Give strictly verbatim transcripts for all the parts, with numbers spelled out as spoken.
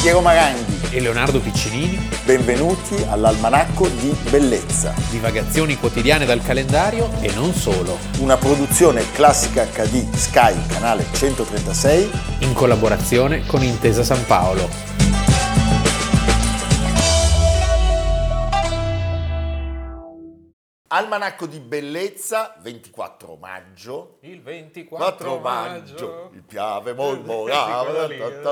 Piero Maranghi e Leonardo Piccinini. Benvenuti all'Almanacco di Bellezza. Divagazioni quotidiane dal calendario e non solo. Una produzione Classica acca di Sky, canale centotrentasei, in collaborazione con Intesa San Paolo. Almanacco di Bellezza, ventiquattro maggio. Il ventiquattro maggio. Il Piave mormorava.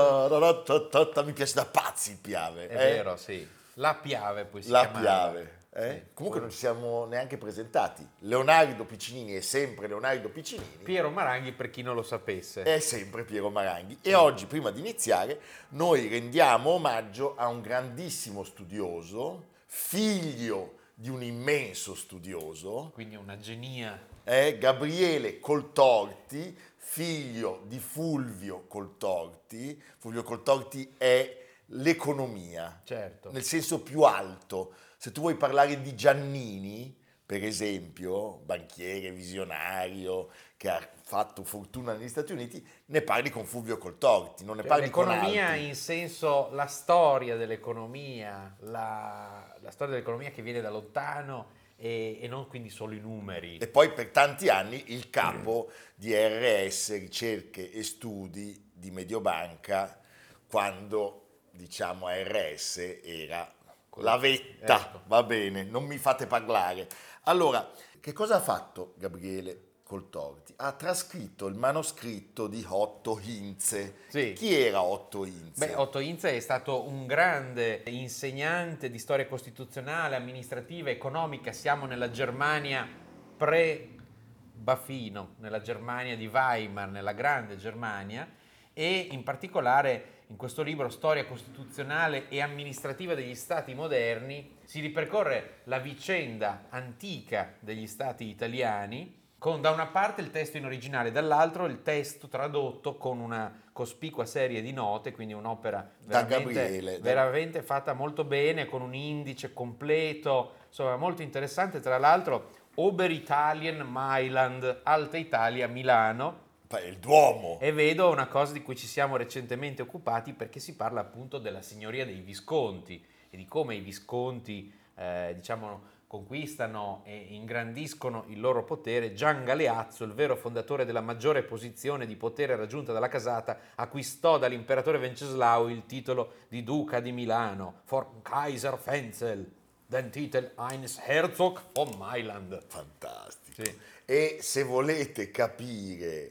Mi piace da pazzi il Piave. È eh? vero, sì. La Piave poi si La chiamava. Piave. Eh? Sì. Comunque non ci siamo neanche presentati. Leonardo Piccinini è sempre Leonardo Piccinini. Piero Maranghi, per chi non lo sapesse. È sempre Piero Maranghi. E oggi, prima di iniziare, noi rendiamo omaggio a un grandissimo studioso, figlio di un immenso studioso. Quindi una genia. È Gabriele Coltorti, figlio di Fulvio Coltorti. Fulvio Coltorti è l'economia, certo, nel senso più alto. Se tu vuoi parlare di Giannini, per esempio, banchiere visionario che ha fatto fortuna negli Stati Uniti, ne parli con Fulvio Coltorti, non ne cioè, parli con altri. L'economia in senso, la storia dell'economia, la, la storia dell'economia che viene da lontano e, e non quindi solo i numeri. E poi per tanti anni il capo di R S, Ricerche e Studi di Mediobanca, quando diciamo R S era la vetta, ecco. Va bene, non mi fate parlare. Allora, che cosa ha fatto Gabriele Coltorti? Ha trascritto il manoscritto di Otto Hintze. Sì. Chi era Otto Hintze? Beh, Otto Hintze è stato un grande insegnante di storia costituzionale, amministrativa, economica. Siamo nella Germania pre-Bafino, nella Germania di Weimar, nella grande Germania, e in particolare in questo libro Storia costituzionale e amministrativa degli stati moderni si ripercorre la vicenda antica degli stati italiani, con da una parte il testo in originale, dall'altro il testo tradotto con una cospicua serie di note, quindi un'opera veramente, Gabriele, veramente fatta molto bene, con un indice completo, insomma molto interessante. Tra l'altro Oberitalien Mailand, Alta Italia Milano, il Duomo. E vedo una cosa di cui ci siamo recentemente occupati, perché si parla appunto della signoria dei Visconti e di come i Visconti eh, diciamo conquistano e ingrandiscono il loro potere. Gian Galeazzo, il vero fondatore della maggiore posizione di potere raggiunta dalla casata, acquistò dall'imperatore Venceslao il titolo di Duca di Milano, for Kaiser Wenzel, den Titel eines Herzog von Mailand. Fantastico. Sì. E se volete capire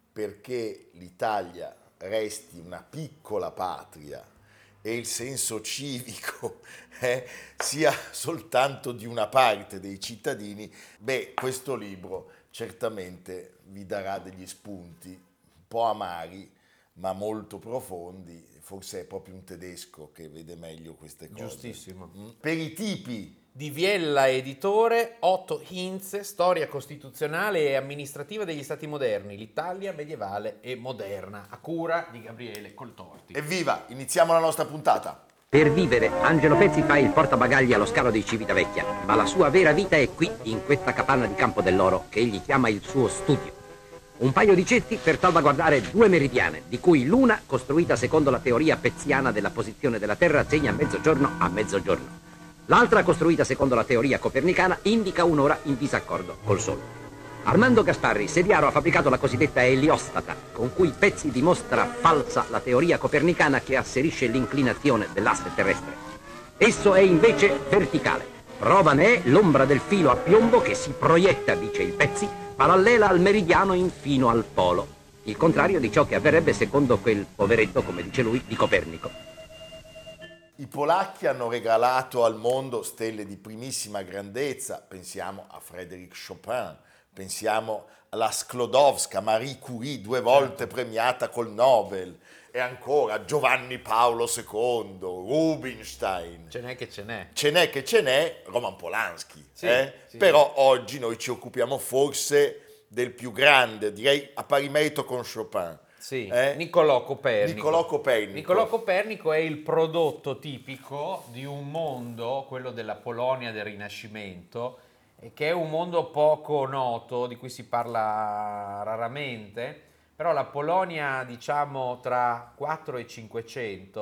perché l'Italia resti una piccola patria e il senso civico eh, sia soltanto di una parte dei cittadini, beh, questo libro certamente vi darà degli spunti un po' amari, ma molto profondi. Forse è proprio un tedesco che vede meglio queste cose. Giustissimo. Mm? Per i tipi di Viella Editore, Otto Hintze, Storia costituzionale e amministrativa degli stati moderni, l'Italia medievale e moderna, a cura di Gabriele Coltorti. Evviva, iniziamo la nostra puntata. Per vivere, Angelo Pezzi fa il portabagagli allo scalo di Civitavecchia, ma la sua vera vita è qui, in questa capanna di Campo dell'Oro, che egli chiama il suo studio. Un paio di cesti per salvaguardare due meridiane, di cui l'una, costruita secondo la teoria pezziana della posizione della Terra, segna mezzogiorno a mezzogiorno. L'altra, costruita secondo la teoria copernicana, indica un'ora in disaccordo col Sole. Armando Gasparri, Sediaro, ha fabbricato la cosiddetta eliostata, con cui Pezzi dimostra falsa la teoria copernicana che asserisce l'inclinazione dell'asse terrestre. Esso è invece verticale. Prova ne è l'ombra del filo a piombo che si proietta, dice il Pezzi, parallela al meridiano infino al polo. Il contrario di ciò che avverrebbe secondo quel poveretto, come dice lui, di Copernico. I polacchi hanno regalato al mondo stelle di primissima grandezza, pensiamo a Frédéric Chopin, pensiamo alla Sklodowska, Marie Curie, due volte premiata col Nobel, e ancora Giovanni Paolo secondo, Rubinstein. Ce n'è che ce n'è. Ce n'è che ce n'è, Roman Polanski. Sì, eh? sì. Però oggi noi ci occupiamo forse del più grande, direi a pari merito con Chopin. Sì, eh? Niccolò Copernico. Niccolò Copernico. Niccolò Copernico è il prodotto tipico di un mondo, quello della Polonia del Rinascimento, che è un mondo poco noto, di cui si parla raramente, però la Polonia, diciamo, tra quattro e cinquecento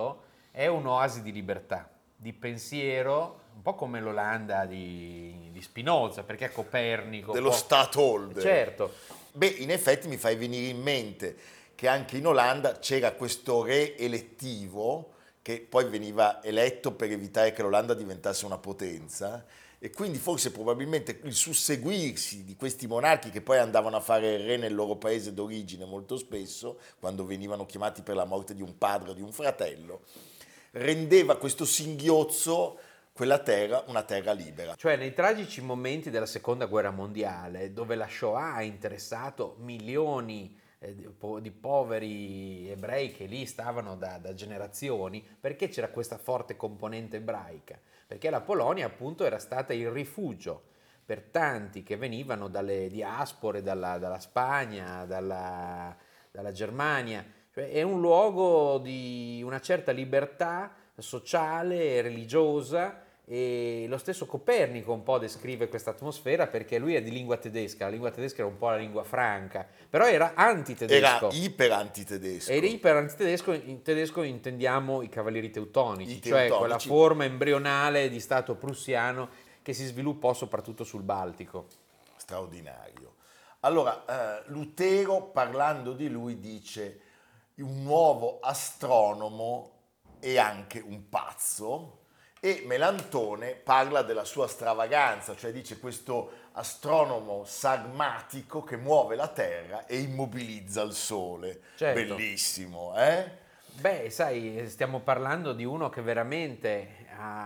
è un'oasi di libertà, di pensiero, un po' come l'Olanda di, di Spinoza, perché è Copernico. Dello Stadtholder. Certo. Beh, in effetti mi fai venire in mente che anche in Olanda c'era questo re elettivo che poi veniva eletto per evitare che l'Olanda diventasse una potenza, e quindi forse probabilmente il susseguirsi di questi monarchi che poi andavano a fare il re nel loro paese d'origine molto spesso, quando venivano chiamati per la morte di un padre o di un fratello, rendeva questo singhiozzo quella terra una terra libera. Cioè nei tragici momenti della seconda guerra mondiale, dove la Shoah ha interessato milioni eh, di, po- di poveri ebrei che lì stavano da, da generazioni, perché c'era questa forte componente ebraica? Perché la Polonia appunto era stata il rifugio per tanti che venivano dalle diaspore, dalla, dalla Spagna, dalla, dalla Germania. Cioè è un luogo di una certa libertà sociale e religiosa, e lo stesso Copernico un po' descrive questa atmosfera, perché lui è di lingua tedesca, la lingua tedesca era un po' la lingua franca, però era antitedesco. Era iper antitedesco. Era iper antitedesco, in tedesco intendiamo i cavalieri teutonici, I cioè teutonici. quella forma embrionale di stato prussiano che si sviluppò soprattutto sul Baltico. Straordinario. Allora, eh, Lutero, parlando di lui, dice un nuovo astronomo e anche un pazzo, e Melantone parla della sua stravaganza, cioè dice questo astronomo sagmatico che muove la Terra e immobilizza il Sole. Certo. Bellissimo, eh? Beh, sai, stiamo parlando di uno che veramente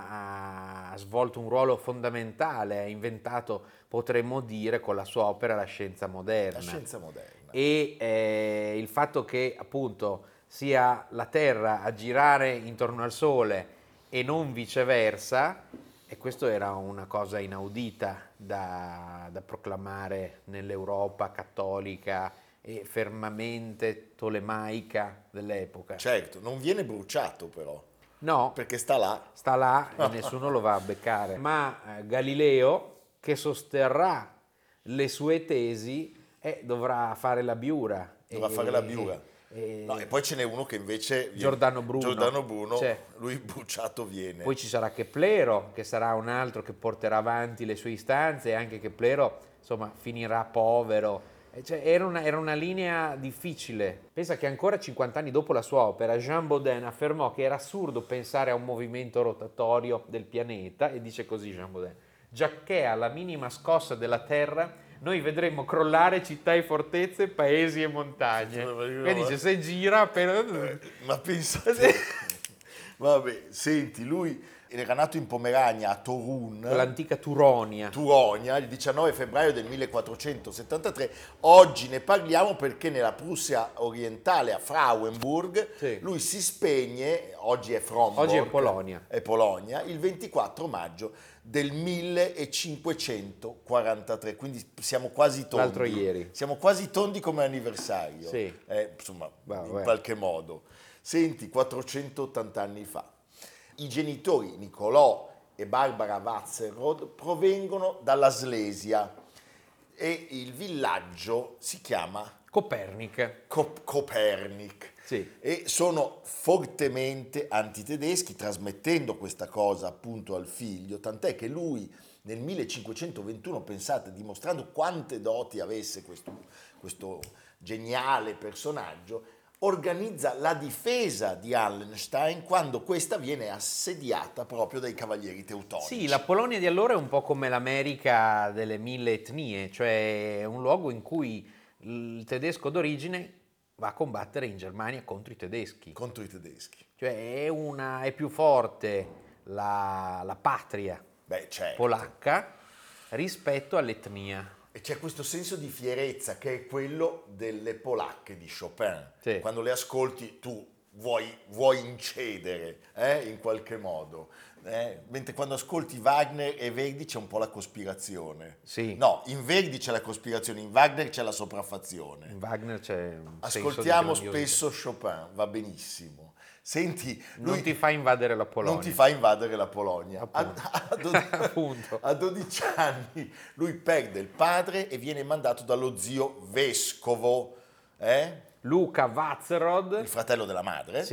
ha, ha svolto un ruolo fondamentale, ha inventato, potremmo dire, con la sua opera la scienza moderna. La scienza moderna. E eh, il fatto che appunto sia la Terra a girare intorno al Sole e non viceversa, e questo era una cosa inaudita da, da proclamare nell'Europa cattolica e fermamente tolemaica dell'epoca. Certo, non viene bruciato però, No, perché sta là. sta là e nessuno lo va a beccare. Ma eh, Galileo, che sosterrà le sue tesi, eh, dovrà fare la biura. Dovrà e, fare la biura. E, e, No, e poi ce n'è uno che invece viene, Giordano Bruno. Giordano Bruno, C'è. lui bruciato viene. Poi ci sarà Keplero, che sarà un altro che porterà avanti le sue istanze, e anche Keplero, insomma, finirà povero. E cioè, era, una, era una linea difficile. Pensa che ancora cinquanta anni dopo la sua opera, Jean Bodin affermò che era assurdo pensare a un movimento rotatorio del pianeta, e dice così Jean Bodin: giacché alla minima scossa della Terra noi vedremo crollare città e fortezze, paesi e montagne. E dice, se gira appena... Eh, ma pensate... Vabbè, senti, lui era nato in Pomerania, a Torun, l'antica Turonia. Turonia, il diciannove febbraio del millequattrocentosettantatré. Oggi ne parliamo perché nella Prussia orientale, a Frauenburg, Sì. lui si spegne, oggi è Fromborg, Oggi è Polonia. è Polonia, il ventiquattro maggio del millecinquecentoquarantatré, quindi siamo quasi tondi. L'altro ieri. Siamo quasi tondi come anniversario, Sì. eh, insomma, Bah, in beh. qualche modo. Senti, quattrocentottanta anni fa. I genitori Nicolò e Barbara Watzerrod provengono dalla Slesia e il villaggio si chiama Copernic. Cop- Copernic. Sì. E sono fortemente antitedeschi, trasmettendo questa cosa appunto al figlio, tant'è che lui nel millecinquecentoventuno, pensate, dimostrando quante doti avesse questo, questo geniale personaggio, organizza la difesa di Allenstein quando questa viene assediata proprio dai cavalieri teutonici. Sì, la Polonia di allora è un po' come l'America delle mille etnie, cioè è un luogo in cui il tedesco d'origine va a combattere in Germania contro i tedeschi. Contro i tedeschi. Cioè è, una, è più forte la, la patria Beh, certo. polacca rispetto all'etnia. E c'è questo senso di fierezza che è quello delle polacche di Chopin. Sì. Quando le ascolti tu vuoi, vuoi incedere eh, in qualche modo. Eh? Mentre quando ascolti Wagner e Verdi c'è un po' la cospirazione. Sì. No, in Verdi c'è la cospirazione, in Wagner c'è la sopraffazione. In Wagner c'è un Ascoltiamo senso di grandiosità. spesso Chopin, va benissimo. Senti, lui Non ti fa invadere la Polonia. non ti fa invadere la Polonia. A, Appunto. a dodici, Appunto. a dodici anni lui perde il padre e viene mandato dallo zio vescovo, eh? Luca Watzerrod, il fratello della madre. sì,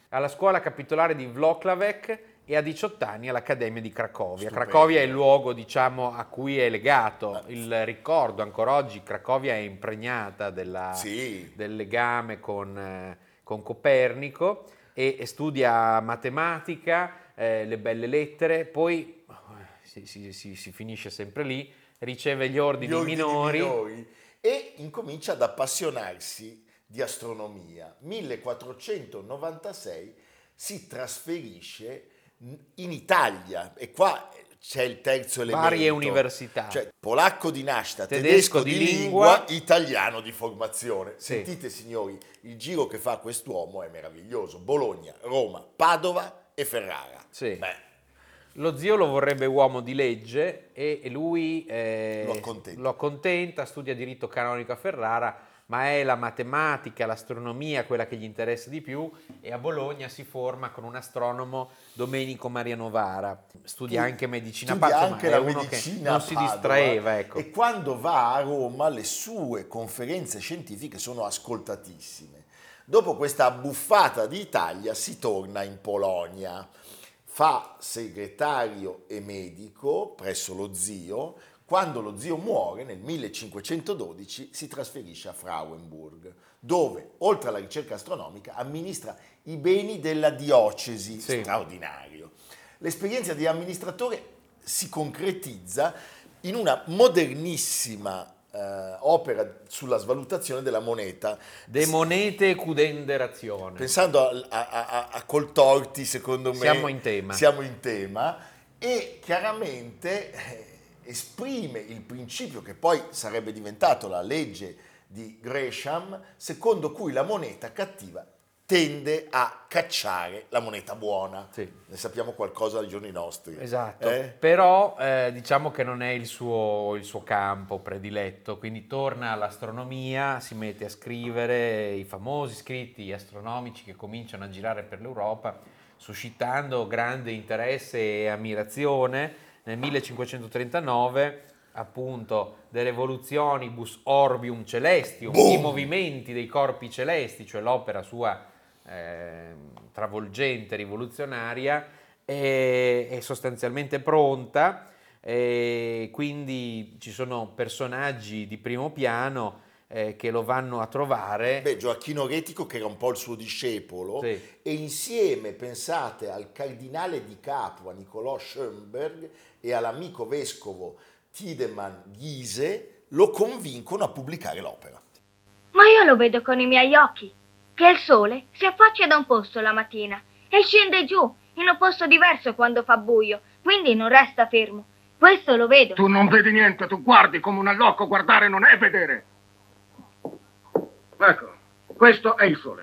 alla scuola capitolare di Włocławek e a diciotto anni all'Accademia di Cracovia. Stupendo. Cracovia è il luogo, diciamo, a cui è legato il ricordo. Ancora oggi Cracovia è impregnata della, Sì. del legame con, eh, con Copernico e, e studia matematica, eh, le belle lettere, poi eh, si, si- si- si finisce sempre lì, riceve gli ordini, Gli ordini minori. minori e incomincia ad appassionarsi di astronomia. millequattrocentonovantasei si trasferisce in Italia e qua c'è il terzo elemento. Varie università. Cioè, polacco di nascita, Tedesco tedesco, di di lingua, lingua, italiano di formazione. Sì. Sentite signori, il giro che fa quest'uomo è meraviglioso. Bologna, Roma, Padova e Ferrara. Sì. Beh, Lo zio lo vorrebbe uomo di legge e e lui eh, Lo accontenta. lo accontenta, studia diritto canonico a Ferrara, ma è la matematica, l'astronomia quella che gli interessa di più e a Bologna si forma con un astronomo, Domenico Maria Novara. Studia anche medicina a studia Padova, anche ma è la uno medicina che non a si Padova, distraeva, ecco. e quando va a Roma le sue conferenze scientifiche sono ascoltatissime. Dopo questa abbuffata di Italia si torna in Polonia, fa segretario e medico presso lo zio. Quando lo zio muore nel millecinquecentododici si trasferisce a Frauenburg, dove oltre alla ricerca astronomica amministra i beni della diocesi. Sì. Straordinario. L'esperienza di amministratore si concretizza in una modernissima eh, opera sulla svalutazione della moneta. De monete cudenderazione. Pensando a, a, a, a Coltorti, secondo me Siamo in tema. siamo in tema, e chiaramente eh, esprime il principio che poi sarebbe diventato la legge di Gresham, secondo cui la moneta cattiva tende a cacciare la moneta buona. Sì. Ne sappiamo qualcosa ai giorni nostri. Esatto, Eh? però eh, diciamo che non è il suo, il suo campo prediletto, quindi torna all'astronomia, si mette a scrivere i famosi scritti astronomici che cominciano a girare per l'Europa, suscitando grande interesse e ammirazione. Nel millecinquecentotrentanove, appunto, De Revolutionibus Orbium Celestium, Boom! i movimenti dei corpi celesti, cioè l'opera sua eh, travolgente, rivoluzionaria, è, è sostanzialmente pronta, e quindi ci sono personaggi di primo piano eh, che lo vanno a trovare. Beh, Gioacchino Retico, che era un po' il suo discepolo, Sì. e insieme, pensate, al cardinale di Capua, Niccolò Schönberg, e all'amico vescovo Tiedemann Giese, lo convincono a pubblicare l'opera. Ma io lo vedo con i miei occhi, che il sole si affaccia da un posto la mattina e scende giù in un posto diverso quando fa buio, quindi non resta fermo. Questo lo vedo. Tu non vedi niente, tu guardi come un allocco, guardare non è vedere. Ecco, questo è il sole.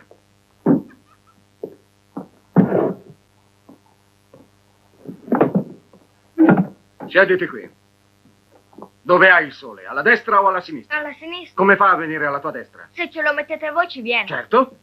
Siediti qui. Dove hai il sole? Alla destra o alla sinistra? Alla sinistra. Come fa a venire alla tua destra? Se ce lo mettete voi ci viene. Certo.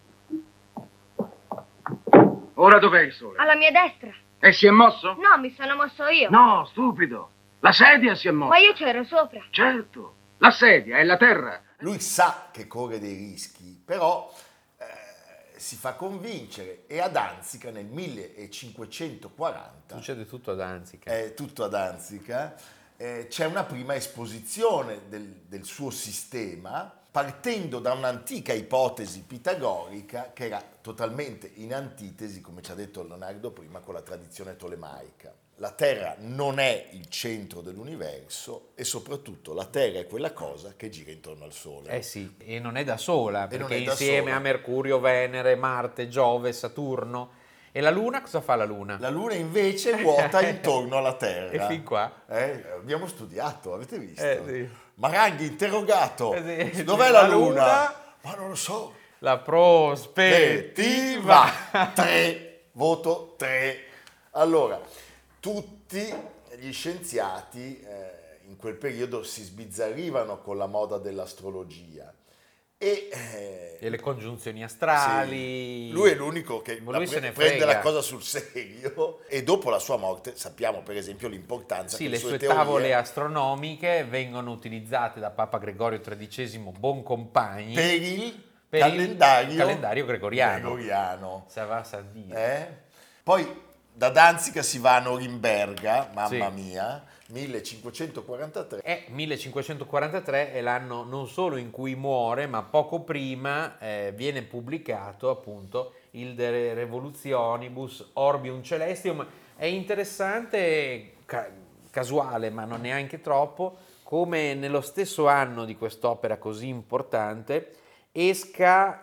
Ora dov'è il sole? Alla mia destra. E si è mosso? No, mi sono mosso io. No, stupido. La sedia si è mossa. Ma io c'ero sopra. Certo. La sedia è la terra. Lui sa che corre dei rischi, però eh, si fa convincere, e a Danzica nel millecinquecentoquaranta, Succede tutto a Danzica. è tutto a Danzica, eh, c'è una prima esposizione del, del suo sistema, partendo da un'antica ipotesi pitagorica che era totalmente in antitesi, come ci ha detto Leonardo prima, con la tradizione tolemaica. La Terra non è il centro dell'universo e soprattutto la Terra è quella cosa che gira intorno al Sole. Eh sì, e non è da sola, E non perché è da insieme sola. a Mercurio, Venere, Marte, Giove, Saturno. E la Luna, cosa fa la Luna? La Luna invece ruota intorno alla Terra. E fin qua? Eh, abbiamo studiato, avete visto? Eh, sì. Maranghi interrogato. Eh, sì. Dov'è la, La luna? Luna? Ma non lo so. La prospettiva. tre, voto tre. Allora, tutti gli scienziati eh, in quel periodo si sbizzarrivano con la moda dell'astrologia. E, eh, E le congiunzioni astrali. sì, lui è l'unico che Ma la lui pre- se ne prende frega. la cosa sul serio, e dopo la sua morte sappiamo per esempio l'importanza Sì, che le sue sue teorie... tavole astronomiche vengono utilizzate da Papa Gregorio tredicesimo Boncompagni per il per calendario, il calendario gregoriano. gregoriano. Ça va, ça dire. Eh? Poi da Danzica si va a Norimberga, mamma Sì. mia, millecinquecentoquarantatré. E millecinquecentoquarantatré è l'anno non solo in cui muore, ma poco prima eh, viene pubblicato appunto il De Revolutionibus Orbium Celestium. È interessante, ca- casuale, ma non neanche troppo, come nello stesso anno di quest'opera così importante esca,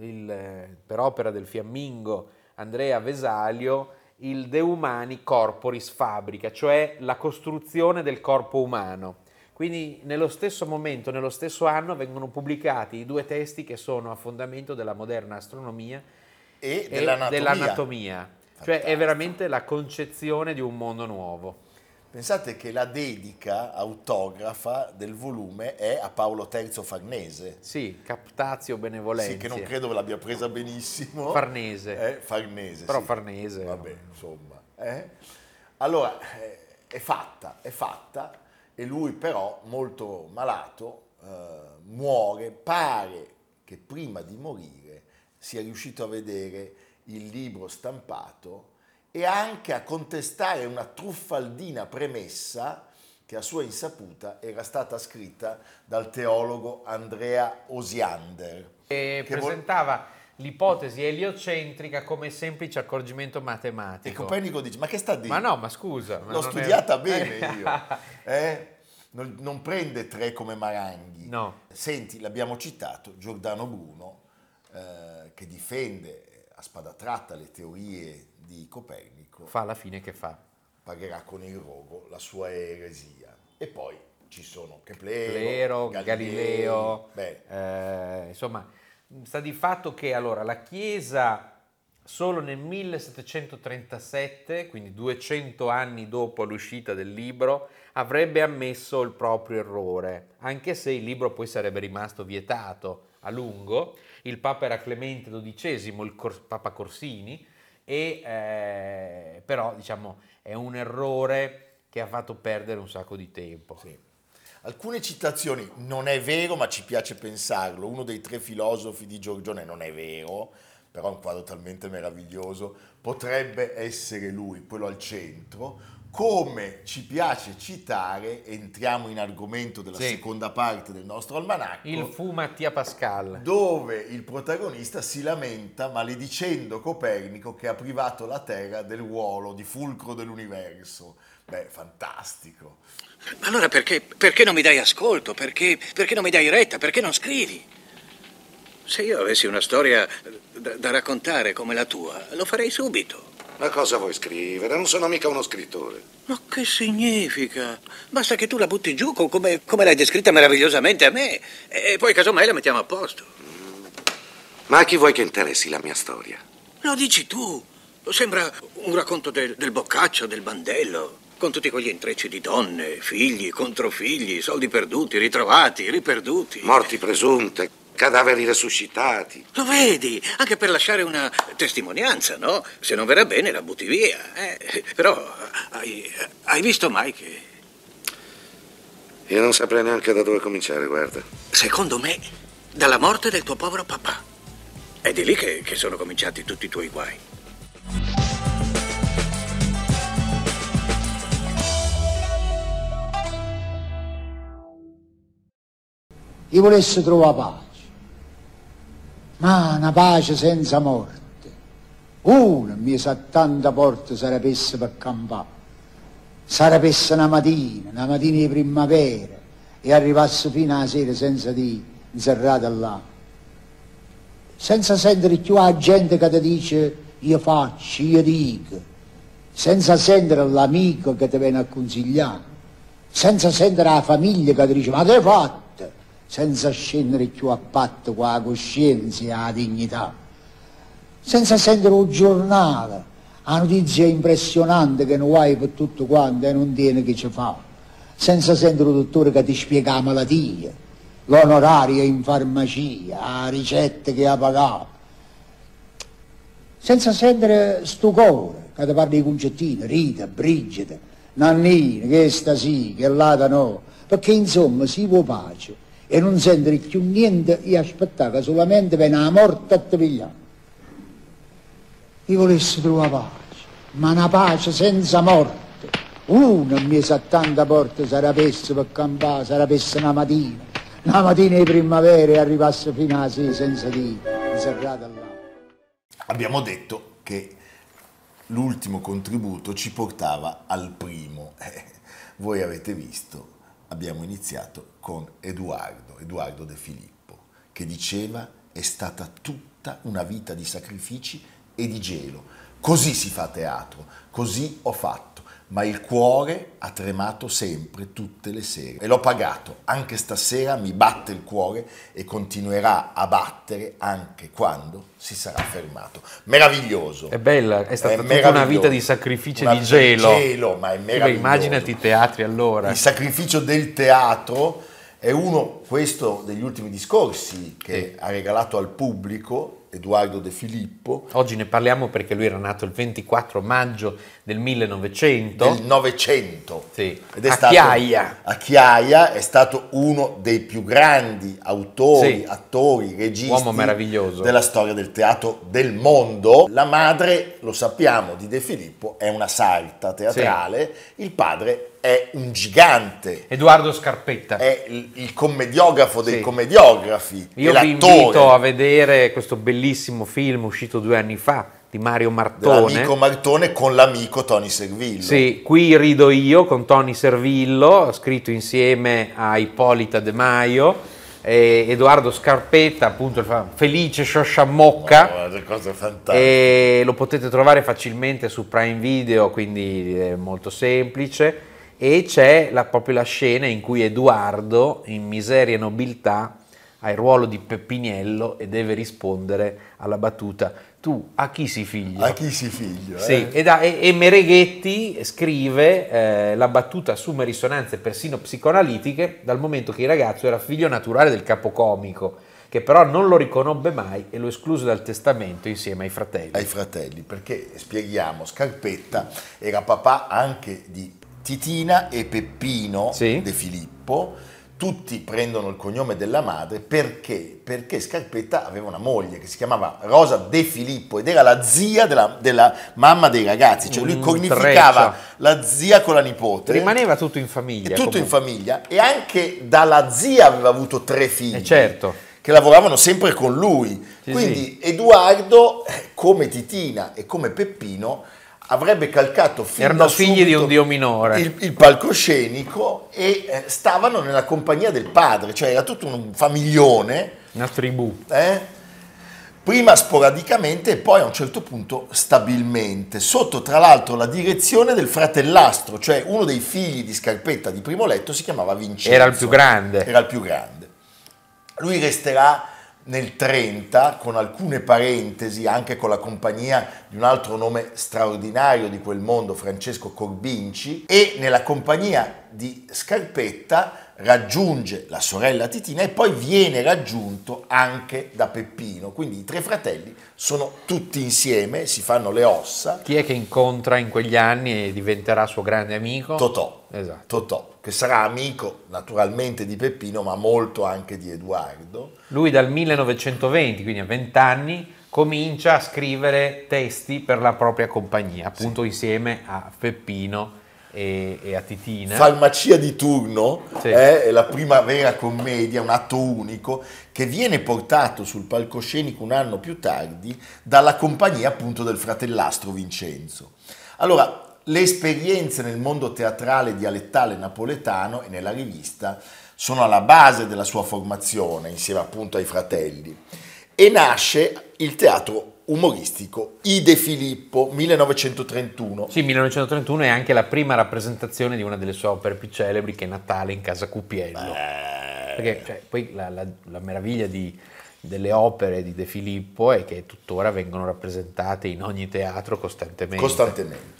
il, per opera del fiammingo Andrea Vesalio, il De Humani Corporis Fabrica, cioè la costruzione del corpo umano. Quindi nello stesso momento, nello stesso anno, vengono pubblicati i due testi che sono a fondamento della moderna astronomia E e dell'anatomia. dell'anatomia. Cioè è Fantastico. veramente la concezione di un mondo nuovo. Pensate che la dedica autografa del volume è a Paolo terzo Farnese. Sì, Captatio Benevolentia. Sì, che non credo ve l'abbia presa benissimo. Farnese. Eh, Farnese, Però sì. Farnese. Vabbè, insomma. eh. Allora, eh, è fatta, è fatta, e lui però, molto malato, eh, muore. Pare che prima di morire sia riuscito a vedere il libro stampato e anche a contestare una truffaldina premessa che a sua insaputa era stata scritta dal teologo Andrea Osiander. E che vol- presentava l'ipotesi eliocentrica come semplice accorgimento E matematico. Copernico dice, ma che sta dicendo? Ma no, ma scusa. ma L'ho non è- studiata bene io. Eh? Non, non prende tre come Maranghi. No. Senti, l'abbiamo citato, Giordano Bruno, eh, che difende a spada tratta le teorie di Copernico, Fa la fine che fa. pagherà con il rogo la sua eresia. E poi ci sono Keplero, Clero, Galileo, beh, eh, insomma, sta di fatto che allora la Chiesa solo nel millesettecentotrentasette, quindi duecento anni dopo l'uscita del libro, avrebbe ammesso il proprio errore, anche se il libro poi sarebbe rimasto vietato a lungo. Il Papa era Clemente dodicesimo, il Cor- Papa Corsini, e eh, però diciamo è un errore che ha fatto perdere un sacco di tempo. sì. Alcune citazioni, non è vero, ma ci piace pensarlo, uno dei tre filosofi di Giorgione, non è vero, però è un quadro talmente meraviglioso, potrebbe essere lui, quello al centro. Come ci piace citare, entriamo in argomento della Sì. seconda parte del nostro almanacco, Il fu Mattia Pascal. dove il protagonista si lamenta maledicendo Copernico che ha privato la Terra del ruolo di fulcro dell'universo. Beh, fantastico. Allora perché, perché non mi dai ascolto? Perché, perché non mi dai retta? Perché non scrivi? Se io avessi una storia da, da raccontare come la tua, lo farei subito. Ma cosa vuoi scrivere? Non sono mica uno scrittore. Ma che significa? Basta che tu la butti giù co- come, come l'hai descritta meravigliosamente a me e poi casomai la mettiamo a posto. Ma a chi vuoi che interessi la mia storia? Lo dici tu. Sembra un racconto del, del Boccaccio, del Bandello, con tutti quegli intrecci di donne, figli, controfigli, soldi perduti, ritrovati, riperduti. Morti presunte, cadaveri resuscitati. Lo vedi? Anche per lasciare una testimonianza, no? Se non verrà bene la butti via. Eh? Però hai, hai visto mai che... Io non saprei neanche da dove cominciare, guarda. Secondo me, dalla morte del tuo povero papà. È di lì che, che sono cominciati tutti i tuoi guai. Io volessi trovare pace, ma una pace senza morte. Una mi sa tanta porta sarebbe per campare. Sarebbe una mattina, una mattina di primavera, e arrivasse fino alla sera senza di inserrata là. Senza sentire più la gente che ti dice io faccio, io dico, senza sentire l'amico che ti viene a consigliare, senza sentire la famiglia che ti dice ma che hai fatto? Senza scendere più a patto con la coscienza e la dignità, senza sentire un giornale, la notizia impressionante che non hai per tutto quanto e non tiene che ci fa, senza sentire un dottore che ti spiega la malattia, l'onorario in farmacia, la ricetta che ha pagato, senza sentire sto cuore che ti parla di concettine, Rita, Brigida, Nannina, che sta sì, che là no, perché insomma si vuole pace. e non sentire più niente, io aspettavo che solamente viene la morte a te pigliare. Io volessi trovare pace, ma una pace senza morte. Una mia settanta porte sarà persa per campare, sarà persa una mattina. Una mattina di primavera e arrivasse fino alla sera senza dire, serrata là. Abbiamo detto che l'ultimo contributo ci portava al primo. Eh, voi avete visto, abbiamo iniziato con Edoardo, Edoardo De Filippo, che diceva: è stata tutta una vita di sacrifici e di gelo. Così si fa teatro, così ho fatto, ma il cuore ha tremato sempre, tutte le sere. E l'ho pagato, anche stasera mi batte il cuore e continuerà a battere anche quando si sarà fermato. Meraviglioso. È bella, è stata è tutta una vita di sacrifici e di gelo. gelo, ma è meraviglioso. Beh, immaginati i teatri allora. Il sacrificio del teatro è uno, questo, degli ultimi discorsi che sì. ha regalato al pubblico Edoardo De Filippo. Oggi ne parliamo perché lui era nato il ventiquattro maggio del millenovecento. Del Novecento. Sì. Ed è a stato, Chiaia. A Chiaia è stato uno dei più grandi autori, sì. attori, registi Uomo meraviglioso della storia del teatro del mondo. La madre, lo sappiamo, di De Filippo è una sarta teatrale, sì. Il padre è un gigante. Edoardo Scarpetta. È il, il commediografo dei sì. commediografi. Io vi invito a vedere questo bellissimo film uscito due anni fa di Mario Martone. L'amico Martone con l'amico Tony Servillo. Sì, Qui rido io con Tony Servillo, scritto insieme a Ippolita De Maio. E Edoardo Scarpetta, appunto, Felice Sciosciamocca. Oh, cose fantastiche. E lo potete trovare facilmente su Prime Video, quindi è molto semplice. E c'è la, proprio la scena in cui Edoardo, in Miseria e Nobiltà, ha il ruolo di Peppiniello e deve rispondere alla battuta: tu a chi si figlio? A chi si figlio? Eh? Sì, e, da, e, e Mereghetti scrive eh, la battuta assume risonanze persino psicoanalitiche dal momento che il ragazzo era figlio naturale del capocomico, che però non lo riconobbe mai e lo escluse dal testamento insieme ai fratelli. Ai fratelli, perché spieghiamo, Scarpetta era papà anche di Titina e Peppino sì. De Filippo. Tutti prendono il cognome della madre perché? Perché Scarpetta aveva una moglie che si chiamava Rosa De Filippo ed era la zia della, della mamma dei ragazzi, cioè lui cornificava la zia con la nipote. Rimaneva tutto in famiglia. Tutto comunque. in famiglia, e anche dalla zia aveva avuto tre figli. Eh certo. Che lavoravano sempre con lui. Sì, Quindi sì. Edoardo, come Titina e come Peppino, avrebbe calcato fin erano da figli di un dio minore il, il palcoscenico e eh, stavano nella compagnia del padre, cioè era tutto un famiglione, una tribù, eh? Prima sporadicamente e poi a un certo punto stabilmente, sotto tra l'altro la direzione del fratellastro, cioè uno dei figli di Scarpetta di primo letto si chiamava Vincenzo, era il più grande, era il più grande. Lui resterà nel trenta, con alcune parentesi, anche con la compagnia di un altro nome straordinario di quel mondo, Francesco Corbinci, e nella compagnia di Scarpetta raggiunge la sorella Titina e poi viene raggiunto anche da Peppino. Quindi i tre fratelli sono tutti insieme, si fanno le ossa. Chi è che incontra in quegli anni e diventerà suo grande amico? Totò. Esatto. Totò, che sarà amico naturalmente di Peppino, ma molto anche di Edoardo. Lui dal millenovecentoventi, quindi a venti anni, comincia a scrivere testi per la propria compagnia, appunto sì. insieme a Peppino e, e a Titina. Farmacia di turno, sì. eh, è la prima vera commedia, un atto unico, che viene portato sul palcoscenico un anno più tardi dalla compagnia appunto del fratellastro Vincenzo. Allora, le esperienze nel mondo teatrale dialettale napoletano e nella rivista sono alla base della sua formazione, insieme appunto ai fratelli, e nasce il teatro umoristico I De Filippo, millenovecentotrentuno. Sì, millenovecentotrentuno è anche la prima rappresentazione di una delle sue opere più celebri, che è Natale in Casa Cupiello. Eh... Perché cioè, poi la, la, la meraviglia di, delle opere di De Filippo è che tuttora vengono rappresentate in ogni teatro costantemente. Costantemente.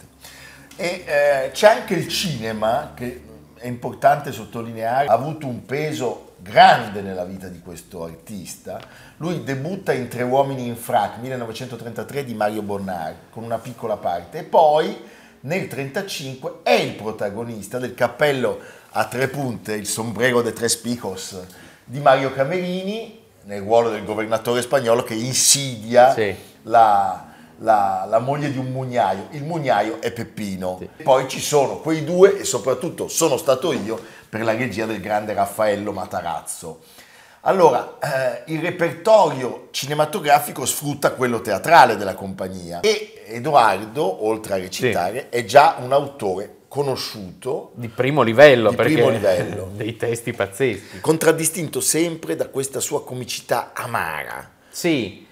E eh, c'è anche il cinema, che è importante sottolineare, ha avuto un peso grande nella vita di questo artista. Lui debutta in Tre uomini in frac, millenovecentotrentatré, di Mario Bonnard, con una piccola parte, e poi nel trentacinque è il protagonista del Cappello a tre punte, il sombrero de tres picos di Mario Camerini nel ruolo del governatore spagnolo che insidia Sì. la, la, la moglie di un mugnaio. Il mugnaio è Peppino. Sì. Poi ci sono quei due e soprattutto sono stato io per la regia del grande Raffaello Matarazzo. Allora, eh, il repertorio cinematografico sfrutta quello teatrale della compagnia e Edoardo, oltre a recitare, sì. è già un autore conosciuto di primo livello, di perché primo livello. dei testi pazzeschi. Contraddistinto sempre da questa sua comicità amara. Sì,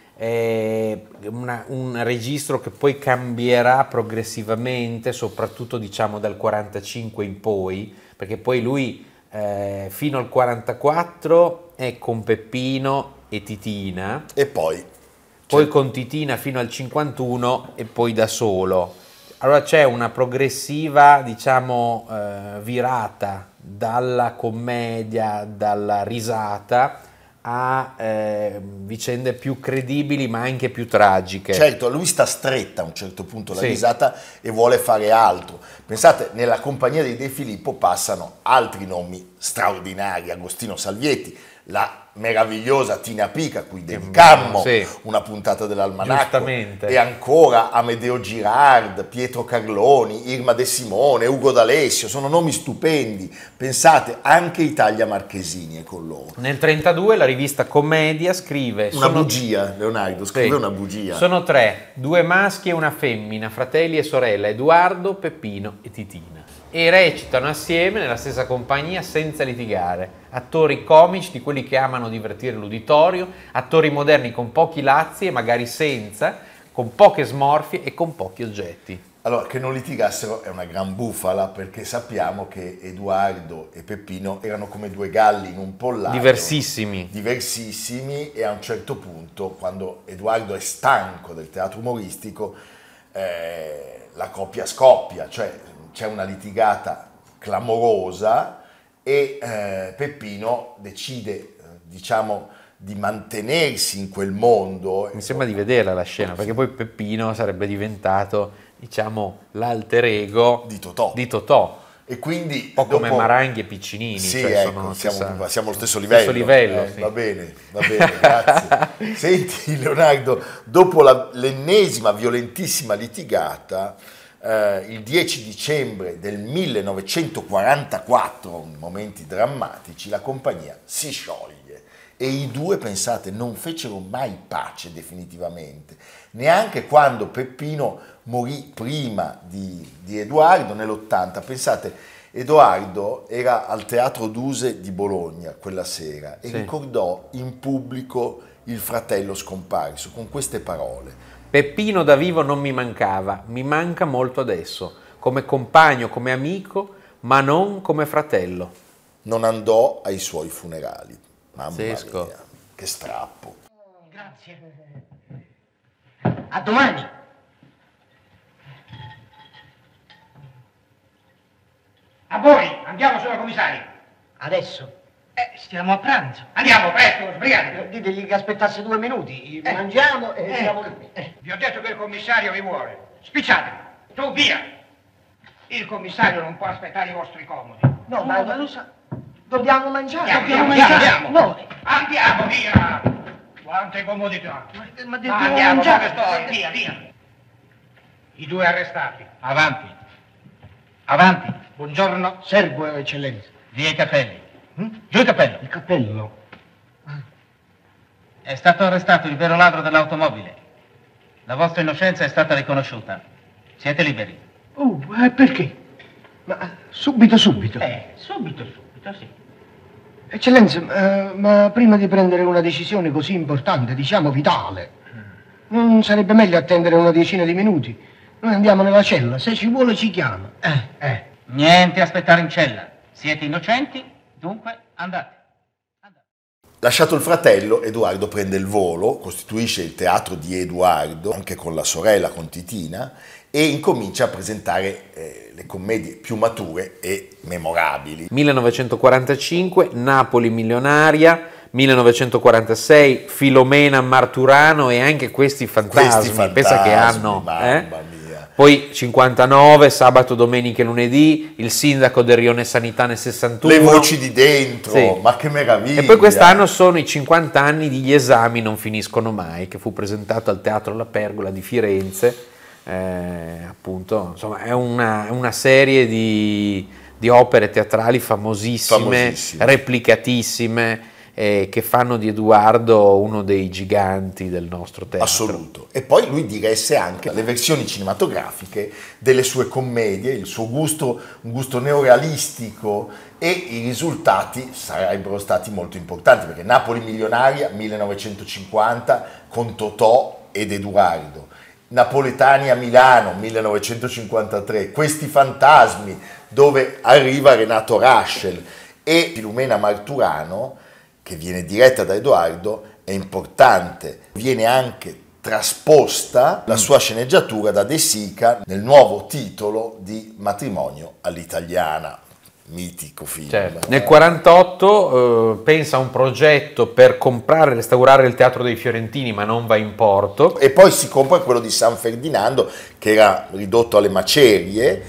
è una, un registro che poi cambierà progressivamente, soprattutto diciamo dal quarantacinque in poi, perché poi lui eh, fino al quarantaquattro è con Peppino e Titina. E poi? Poi con Titina fino al cinquantuno e poi da solo. Allora c'è una progressiva, diciamo, eh, virata dalla commedia, dalla risata a eh, vicende più credibili ma anche più tragiche. Certo, lui sta stretta a un certo punto la Sì. risata e vuole fare altro. Pensate, nella compagnia dei De Filippo passano altri nomi straordinari, Agostino Salvietti, la meravigliosa Tina Pica, a cui dedicammo sì. una puntata dell'Almanacco, Giustamente. e ancora Amedeo Girard, Pietro Carloni, Irma De Simone, Ugo D'Alessio, sono nomi stupendi. Pensate, anche Italia Marchesini è con loro. Nel trentadue la rivista Commedia scrive... Una sono... bugia, Leonardo, scrive Sì. una bugia. Sono tre, due maschi e una femmina, fratelli e sorella, Edoardo, Peppino e Titina. E recitano assieme nella stessa compagnia senza litigare. Attori comici di quelli che amano divertire l'uditorio, attori moderni con pochi lazzi e magari senza, con poche smorfie e con pochi oggetti. Allora, che non litigassero è una gran bufala, perché sappiamo che Edoardo e Peppino erano come due galli in un pollaio. Diversissimi. Diversissimi, e a un certo punto, quando Edoardo è stanco del teatro umoristico, eh, la coppia scoppia, cioè c'è una litigata clamorosa e eh, Peppino decide, eh, diciamo, di mantenersi in quel mondo. Mi sembra di vederla la scena, perché poi Peppino sarebbe diventato, diciamo, l'alter ego di Totò. Di Totò. E quindi un po' dopo... come Maranghi e Piccinini. Sì, cioè ecco, sono siamo, stessa... siamo allo stesso livello. Stesso livello eh, sì. Va bene, va bene, grazie. Senti Leonardo, dopo la, l'ennesima violentissima litigata, eh, il dieci dicembre del millenovecentoquarantaquattro, momenti drammatici, la compagnia si scioglie. E i due, pensate, non fecero mai pace definitivamente, neanche quando Peppino morì prima di, di Edoardo nell'ottanta. Pensate, Edoardo era al Teatro Duse di Bologna quella sera e sì. ricordò in pubblico il fratello scomparso con queste parole: Peppino da vivo non mi mancava, mi manca molto adesso, come compagno, come amico, ma non come fratello. Non andò ai suoi funerali. Mamma Pazzesco. mia, che strappo. Grazie. A domani. A voi, andiamo, signor commissario. Adesso? Eh, stiamo a pranzo. Andiamo, presto, sbrigatevi. Ditegli che aspettasse due minuti, eh. mangiamo e andiamo eh. eh. Vi ho detto che il commissario vi vuole. Spicciatevi. Tu, via. Il commissario non può aspettare i vostri comodi. No, ma, ma lo sa... Dobbiamo mangiare. Andiamo, dobbiamo andiamo, mangiare. Andiamo. No. Andiamo, via. Quante comodità. Ma, ma, ma andiamo, mangiare. Sto, via, via. I due arrestati. Avanti. Avanti. Buongiorno. Servo, eccellenza. Via i capelli. Hm? Giù il cappello. Il cappello? Ah. È stato arrestato il vero ladro dell'automobile. La vostra innocenza è stata riconosciuta. Siete liberi. Oh, eh, perché? Ma subito, subito. Eh, subito, subito, sì. Eccellenza, eh, ma prima di prendere una decisione così importante, diciamo vitale, non sarebbe meglio attendere una decina di minuti? Noi andiamo nella cella, se ci vuole ci chiama. Eh, eh. Niente aspettare in cella. Siete innocenti, dunque andate. andate. Lasciato il fratello, Edoardo prende il volo, costituisce il teatro di Edoardo, anche con la sorella, con Titina, e incomincia a presentare eh, le commedie più mature e memorabili. millenovecentoquarantacinque, Napoli milionaria, millenovecentoquarantasei, Filomena Marturano, e anche questi fantasmi, Questi fantasmi, pensa che hanno. mamma Eh? mia. Poi cinquantanove, sabato, domenica e lunedì, il sindaco del Rione Sanità nel sessantuno. Le voci di dentro, Sì. ma che meraviglia. E poi quest'anno sono i cinquanta anni di Gli esami non finiscono mai, che fu presentato al Teatro La Pergola di Firenze. Eh, appunto, insomma, è una, una serie di, di opere teatrali famosissime, Famosissime. replicatissime, eh, che fanno di Edoardo uno dei giganti del nostro teatro. Assoluto. E poi lui diresse anche le versioni cinematografiche delle sue commedie, il suo gusto, un gusto neorealistico, e i risultati sarebbero stati molto importanti, perché Napoli milionaria millenovecentocinquanta con Totò ed Edoardo, Napoletani a Milano millenovecentocinquantatré, Questi fantasmi, dove arriva Renato Raschel, e Filumena Marturano, che viene diretta da Edoardo, è importante. Viene anche trasposta la sua sceneggiatura da De Sica nel nuovo titolo di Matrimonio all'italiana. Mitico film. Certo. Nel quarantotto eh, pensa a un progetto per comprare e restaurare il Teatro dei Fiorentini, ma non va in porto. E poi si compra quello di San Ferdinando, che era ridotto alle macerie,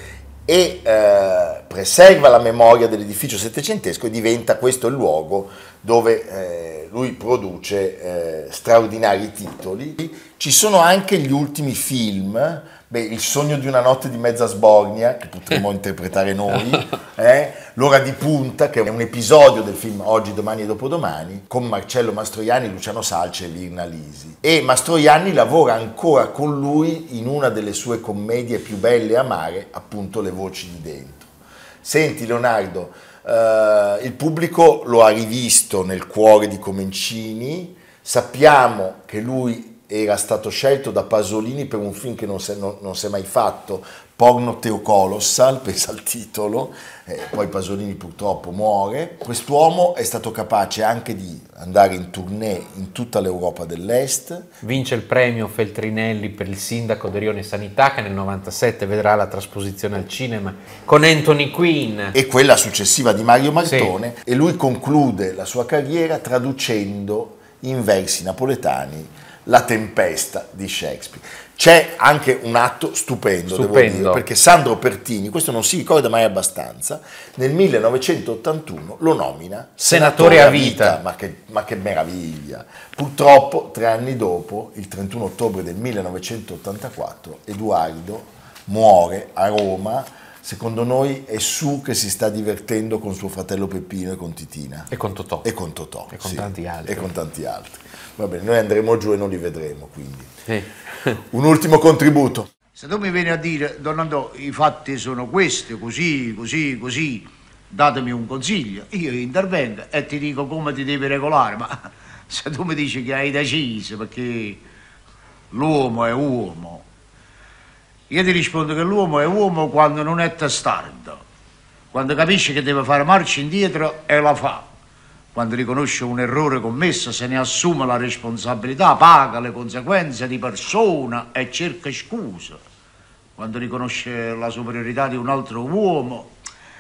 e eh, preserva la memoria dell'edificio settecentesco, e diventa questo il luogo dove eh, lui produce eh, straordinari titoli. Ci sono anche gli ultimi film, beh, Il sogno di una notte di mezza sbornia, che potremmo interpretare noi, eh? L'ora di punta, che è un episodio del film Oggi, domani e dopodomani, con Marcello Mastroianni, Luciano Salce e Lirna Lisi. E Mastroianni lavora ancora con lui in una delle sue commedie più belle e amare, appunto Le voci di dentro. Senti Leonardo, eh, il pubblico lo ha rivisto nel Cuore di Comencini, sappiamo che lui era stato scelto da Pasolini per un film che non si è, non, non si è mai fatto, Porno Teocolossal, pensa al titolo, eh, poi Pasolini purtroppo muore. Quest'uomo è stato capace anche di andare in tournée in tutta l'Europa dell'Est. Vince il premio Feltrinelli per Il sindaco del Rione Sanità, che nel novantasette vedrà la trasposizione al cinema con Anthony Quinn. E quella successiva di Mario Martone, sì. E lui conclude la sua carriera traducendo in versi napoletani La tempesta di Shakespeare. C'è anche un atto stupendo, stupendo. devo dire, perché Sandro Pertini, questo non si ricorda mai abbastanza, nel millenovecentottantuno lo nomina senatore, senatore a vita, vita. Ma, che, ma che meraviglia. Purtroppo tre anni dopo, il trentuno ottobre del millenovecentottantaquattro, Edoardo muore a Roma. Secondo noi è su che si sta divertendo con suo fratello Peppino e con Titina. E con Totò. E con Totò. E con sì. tanti altri. E con tanti altri. Va bene, noi andremo giù e non li vedremo, quindi. Sì. Un ultimo contributo. Se tu mi vieni a dire, Don Andò, i fatti sono questi, così, così, così, datemi un consiglio, io intervengo e ti dico come ti devi regolare, ma se tu mi dici che hai deciso, perché l'uomo è uomo, io ti rispondo che l'uomo è uomo quando non è testardo, quando capisce che deve fare marcia indietro e la fa. Quando riconosce un errore commesso, se ne assume la responsabilità, paga le conseguenze di persona e cerca scusa. Quando riconosce la superiorità di un altro uomo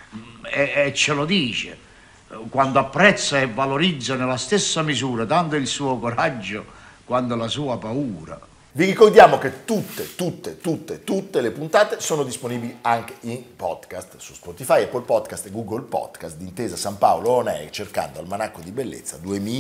e, e ce lo dice. Quando apprezza e valorizza nella stessa misura tanto il suo coraggio quanto la sua paura. Vi ricordiamo che tutte, tutte, tutte, tutte le puntate sono disponibili anche in podcast su Spotify, Apple Podcast e Google Podcast di Intesa San Paolo On Air, cercando Almanacco di Bellezza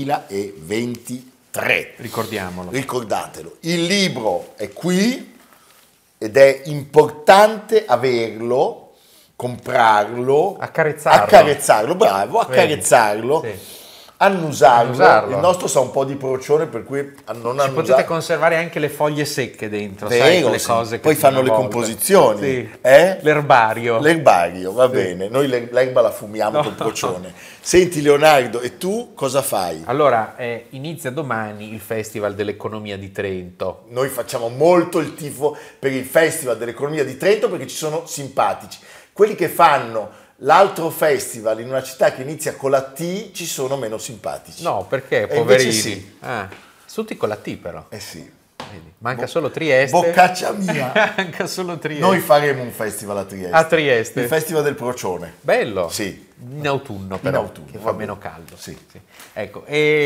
duemilaventitré. Ricordiamolo. Ricordatelo. Il libro è qui ed è importante averlo, comprarlo, accarezzarlo, accarezzarlo bravo, accarezzarlo. Sì. Annusarlo. Annusarlo. Il nostro sa un po' di procione, per cui non Ci annusarlo. potete conservare anche le foglie secche dentro, Vero, sai, quelle sì. cose che poi fanno le volta. composizioni, sì. eh? L'erbario. L'erbario, va sì. bene, noi l'erba la fumiamo no. col procione. Senti Leonardo, e tu cosa fai? Allora, eh, inizia domani il Festival dell'Economia di Trento. Noi facciamo molto il tifo per il Festival dell'Economia di Trento perché ci sono simpatici. Quelli che fanno l'altro festival in una città che inizia con la T ci sono meno simpatici. No, perché, e poverini? Invece sì. Ah, tutti con la T però. Eh sì. Manca solo Trieste. Boccaccia mia. Manca solo Trieste. Noi faremo un festival a Trieste. A Trieste. Il Festival del Procione. Bello. Sì. In autunno però, in autunno, che fa va meno bene. caldo. Sì. Sì. Ecco,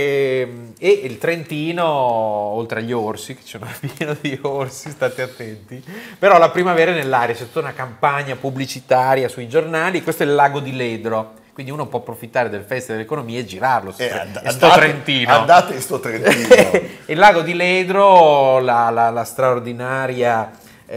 e, e il Trentino, oltre agli orsi, che c'è pieno di orsi, state attenti, però la primavera è nell'aria, c'è tutta una campagna pubblicitaria sui giornali, questo è il lago di Ledro. Quindi uno può approfittare del Festival dell'Economia e girarlo, sto, Eh, tre- and- e sto andate- Trentino. Andate in sto Trentino. Il lago di Ledro, la, la, la straordinaria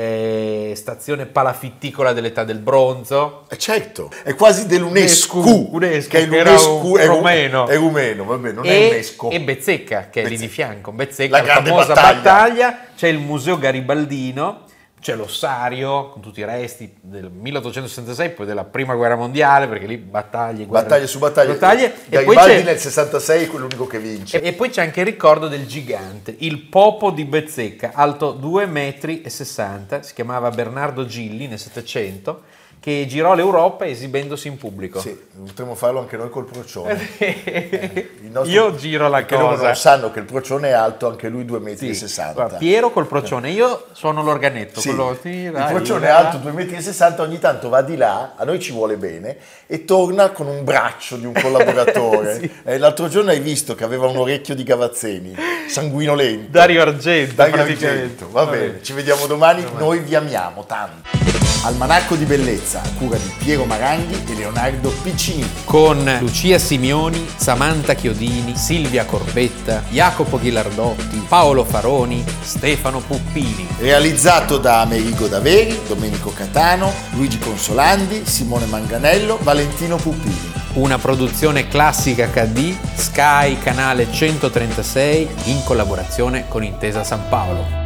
eh, stazione palafitticola dell'età del bronzo. Eh, certo, è quasi dell'UNESCO, UNESCO, UNESCO, che è che era l'UNESCO, un è ru- romeno. È rumeno, vabbè, non è E, UNESCO. e Bezzecca, che è lì Bezzecca. di fianco. Bezzecca, La la, grande famosa battaglia. battaglia. C'è il Museo Garibaldino, c'è l'ossario con tutti i resti del milleottocentosessantasei, poi della Prima Guerra Mondiale, perché lì battaglie, guerre, Battaglie su battaglie. battaglie. E poi Garibaldi c'è nel sessantasei è quell'unico che vince. e poi c'è anche il ricordo del gigante, il Popo di Bezzecca, alto due metri e sessanta, si chiamava Bernardo Gilli nel Settecento, che girò l'Europa esibendosi in pubblico. Sì, potremmo farlo anche noi col Procione. Eh, i nostri- Io giro la perché loro cosa. non sanno che il Procione è alto anche lui due metri e Sì, sessanta. guarda, Piero col Procione, io suono l'organetto. Sì, quello, il tira, Procione è tira. alto due metri e sessanta, ogni tanto va di là, a noi ci vuole bene, e torna con un braccio di un collaboratore. Sì. Eh, l'altro giorno hai visto che aveva un orecchio di Gavazzeni, sanguinolento. Dario Argento, Dario praticamente. Argento, va bene, ci vediamo domani, noi vi amiamo tanto. Almanacco di bellezza, a cura di Piero Maranghi e Leonardo Piccini. Con Lucia Simioni, Samantha Chiodini, Silvia Corbetta, Jacopo Ghilardotti, Paolo Faroni, Stefano Puppini. Realizzato da Amerigo Daveri, Domenico Catano, Luigi Consolandi, Simone Manganello, Valentino Puppini. Una produzione classica acca di Sky, canale centotrentasei, in collaborazione con Intesa San Paolo.